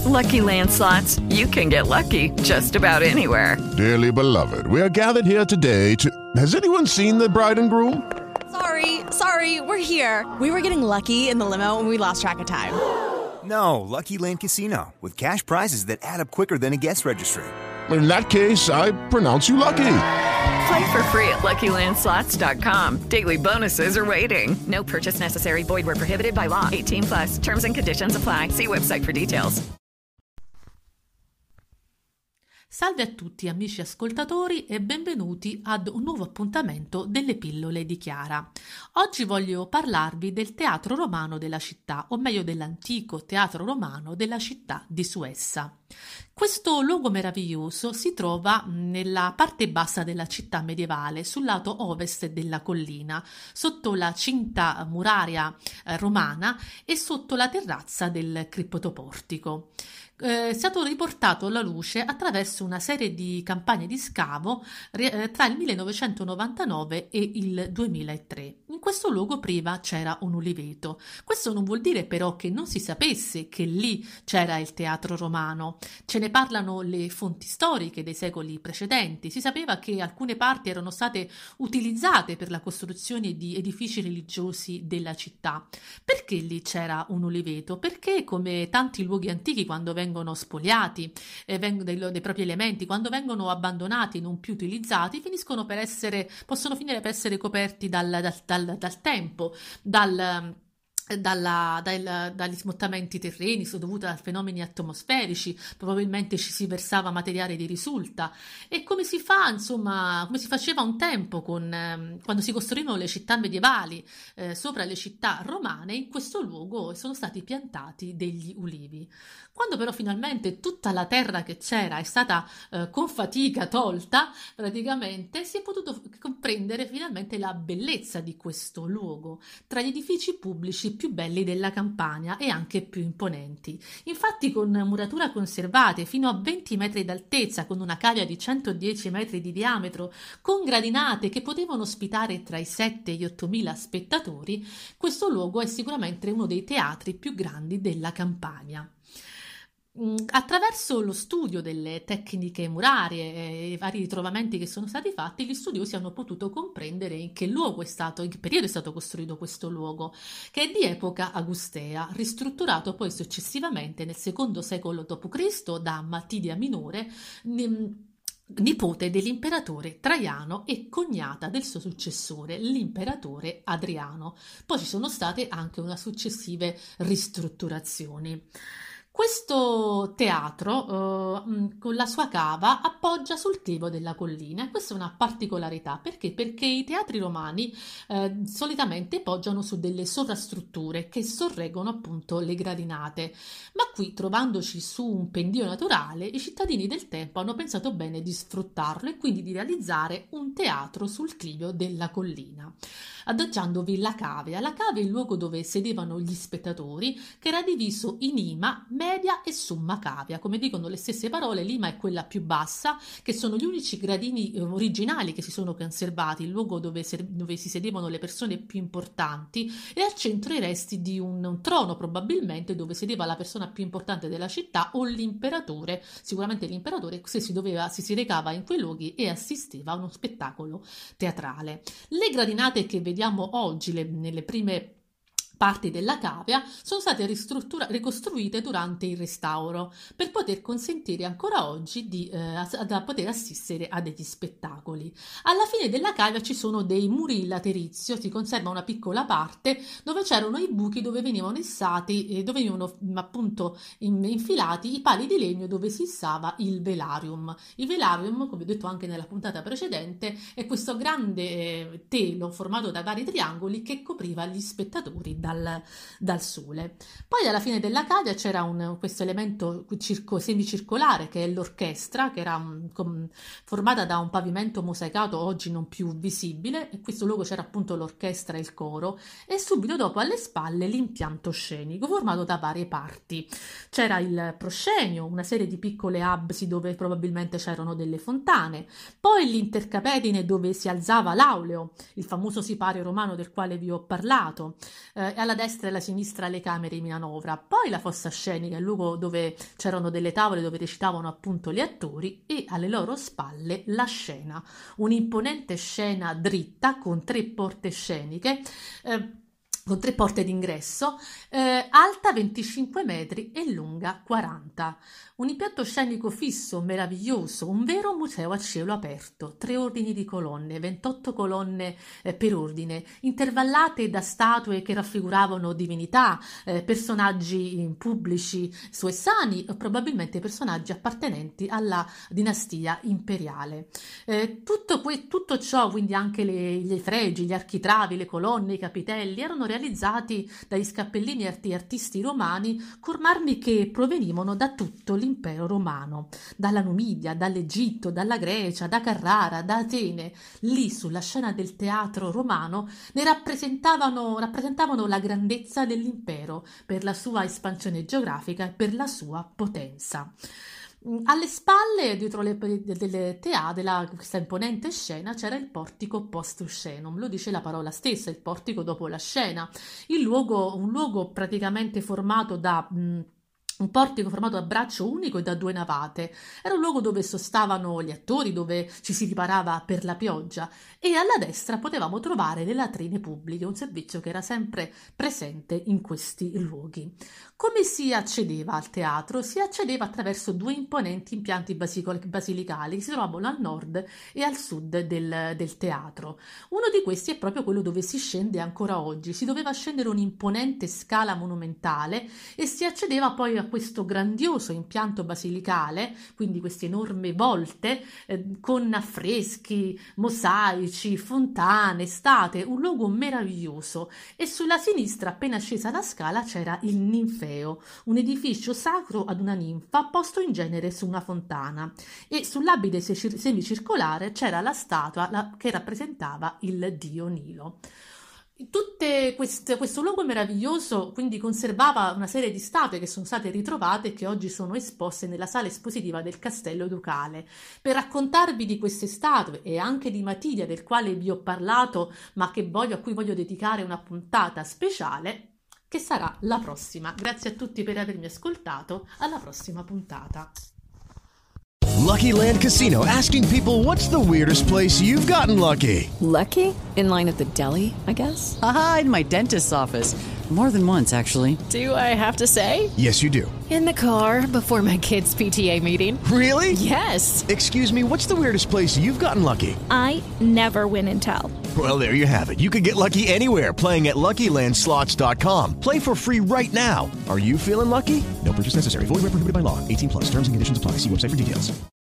Lucky Land Slots, you can get lucky just about anywhere. Dearly beloved, we are gathered here today to... Has anyone seen the bride and groom? Sorry, we're here. We were getting lucky in the limo and we lost track of time. No, Lucky Land Casino, with cash prizes that add up quicker than a guest registry. In that case, I pronounce you lucky. Play for free at LuckyLandSlots.com. Daily bonuses are waiting. No purchase necessary. Void where prohibited by law. 18+. Terms and conditions apply. See website for details. Salve a tutti amici ascoltatori e benvenuti ad un nuovo appuntamento delle pillole di Chiara. Oggi voglio parlarvi del teatro romano della città, o meglio dell'antico teatro romano della città di Suessa. Questo luogo meraviglioso si trova nella parte bassa della città medievale, sul lato ovest della collina, sotto la cinta muraria romana e sotto la terrazza del criptoportico. È stato riportato alla luce attraverso una serie di campagne di scavo tra il 1999 e il 2003. In questo luogo prima c'era un uliveto. Questo non vuol dire però che non si sapesse che lì c'era il teatro romano. Ce ne parlano le fonti storiche dei secoli precedenti. Si sapeva che alcune parti erano state utilizzate per la costruzione di edifici religiosi della città. Perché lì c'era un uliveto? Perché, come tanti luoghi antichi, quando vengono spoliati dei propri elementi, quando vengono abbandonati, non più utilizzati, possono finire per essere coperti dal tempo, dagli smottamenti terreni dovuti a fenomeni atmosferici. Probabilmente ci si versava materiale di risulta. E come si faceva un tempo quando si costruivano le città medievali sopra le città romane, in questo luogo sono stati piantati degli ulivi. Quando però finalmente tutta la terra che c'era è stata con fatica tolta, praticamente si è potuto comprendere finalmente la bellezza di questo luogo, tra gli edifici pubblici più belli della Campania e anche più imponenti. Infatti, con murature conservate fino a 20 metri d'altezza, con una cavea di 110 metri di diametro, con gradinate che potevano ospitare tra i 7 e gli 8.000 spettatori, questo luogo è sicuramente uno dei teatri più grandi della Campania. Attraverso lo studio delle tecniche murarie e i vari ritrovamenti che sono stati fatti, gli studiosi hanno potuto comprendere in che periodo è stato costruito questo luogo, che è di epoca augustea, ristrutturato poi successivamente nel secondo secolo d.C. da Matidia Minore, nipote dell'imperatore Traiano e cognata del suo successore, l'imperatore Adriano. Poi ci sono state anche una successive ristrutturazioni. Questo teatro con la sua cava appoggia sul clivo della collina, e questa è una particolarità. Perché? Perché i teatri romani solitamente poggiano su delle sovrastrutture che sorreggono appunto le gradinate, ma qui, trovandoci su un pendio naturale, i cittadini del tempo hanno pensato bene di sfruttarlo e quindi di realizzare un teatro sul clivio della collina, adagiandovi la cavea. La cavea è il luogo dove sedevano gli spettatori, che era diviso in ima, media e summa cavea. Come dicono le stesse parole, l'ima è quella più bassa, che sono gli unici gradini originali che si sono conservati, il luogo dove si sedevano le persone più importanti, e al centro i resti di un trono, probabilmente dove sedeva la persona più importante della città o l'imperatore. Sicuramente l'imperatore, se si recava in quei luoghi e assisteva a uno spettacolo teatrale. Le gradinate che vediamo oggi nelle prime parti della cavea sono state ricostruite durante il restauro per poter consentire ancora oggi di poter assistere a degli spettacoli. Alla fine della cavea ci sono dei muri in laterizio, si conserva una piccola parte dove c'erano i buchi dove venivano appunto infilati i pali di legno dove si issava il velarium. Il velarium, come ho detto anche nella puntata precedente, è questo grande telo formato da vari triangoli che copriva gli spettatori dal sole. Poi alla fine della cavea c'era questo elemento semicircolare che è l'orchestra, che era formata da un pavimento mosaicato oggi non più visibile, e in questo luogo c'era appunto l'orchestra e il coro, e subito dopo alle spalle l'impianto scenico formato da varie parti. C'era il proscenio, una serie di piccole absi dove probabilmente c'erano delle fontane, poi l'intercapedine dove si alzava l'auleo, il famoso sipario romano del quale vi ho parlato, alla destra e alla sinistra le camere di manovra, poi la fossa scenica, il luogo dove c'erano delle tavole dove recitavano appunto gli attori, e alle loro spalle la scena, un'imponente scena dritta con 3 porte sceniche, con 3 porte d'ingresso, alta 25 metri e lunga 40. Un impianto scenico fisso, meraviglioso, un vero museo a cielo aperto, 3 ordini di colonne, 28 colonne per ordine, intervallate da statue che raffiguravano divinità, personaggi pubblici suessani o probabilmente personaggi appartenenti alla dinastia imperiale. Tutto ciò, quindi anche gli fregi, gli architravi, le colonne, i capitelli, erano realizzati dagli scappellini e artisti romani con marmi che provenivano da tutto l'impero romano, dalla Numidia, dall'Egitto, dalla Grecia, da Carrara, da Atene. Lì sulla scena del teatro romano ne rappresentavano la grandezza dell'impero per la sua espansione geografica e per la sua potenza. Alle spalle, dietro questa imponente scena, c'era il portico post scenum, lo dice la parola stessa, il portico dopo la scena, un luogo praticamente formato da un portico formato a braccio unico e da 2 navate. Era un luogo dove sostavano gli attori, dove ci si riparava per la pioggia, e alla destra potevamo trovare le latrine pubbliche, un servizio che era sempre presente in questi luoghi. Come si accedeva al teatro? Si accedeva attraverso 2 imponenti impianti basilicali che si trovavano al nord e al sud del teatro. Uno di questi è proprio quello dove si scende ancora oggi. Si doveva scendere un'imponente scala monumentale e si accedeva poi a questo grandioso impianto basilicale, quindi queste enormi volte con affreschi, mosaici, fontane, statue, un luogo meraviglioso. E sulla sinistra, appena scesa la scala, c'era il ninfeo, un edificio sacro ad una ninfa posto in genere su una fontana, e sull'abide semicircolare c'era la statua che rappresentava il dio Nilo. Questo luogo meraviglioso quindi conservava una serie di statue che sono state ritrovate e che oggi sono esposte nella sala espositiva del Castello Ducale. Per raccontarvi di queste statue e anche di Matidia, del quale vi ho parlato ma a cui voglio dedicare una puntata speciale, che sarà la prossima. Grazie a tutti per avermi ascoltato, alla prossima puntata. Lucky Land Casino, asking people, what's the weirdest place you've gotten lucky? Lucky? In line at the deli, I guess? Aha, in my dentist's office. More than once, actually. Do I have to say? Yes, you do. In the car before my kids' PTA meeting. Really? Yes. Excuse me, what's the weirdest place you've gotten lucky? I never win and tell. Well, there you have it. You can get lucky anywhere, playing at LuckyLandSlots.com. Play for free right now. Are you feeling lucky? No purchase necessary. Void where prohibited by law. 18+. Terms and conditions apply. See website for details.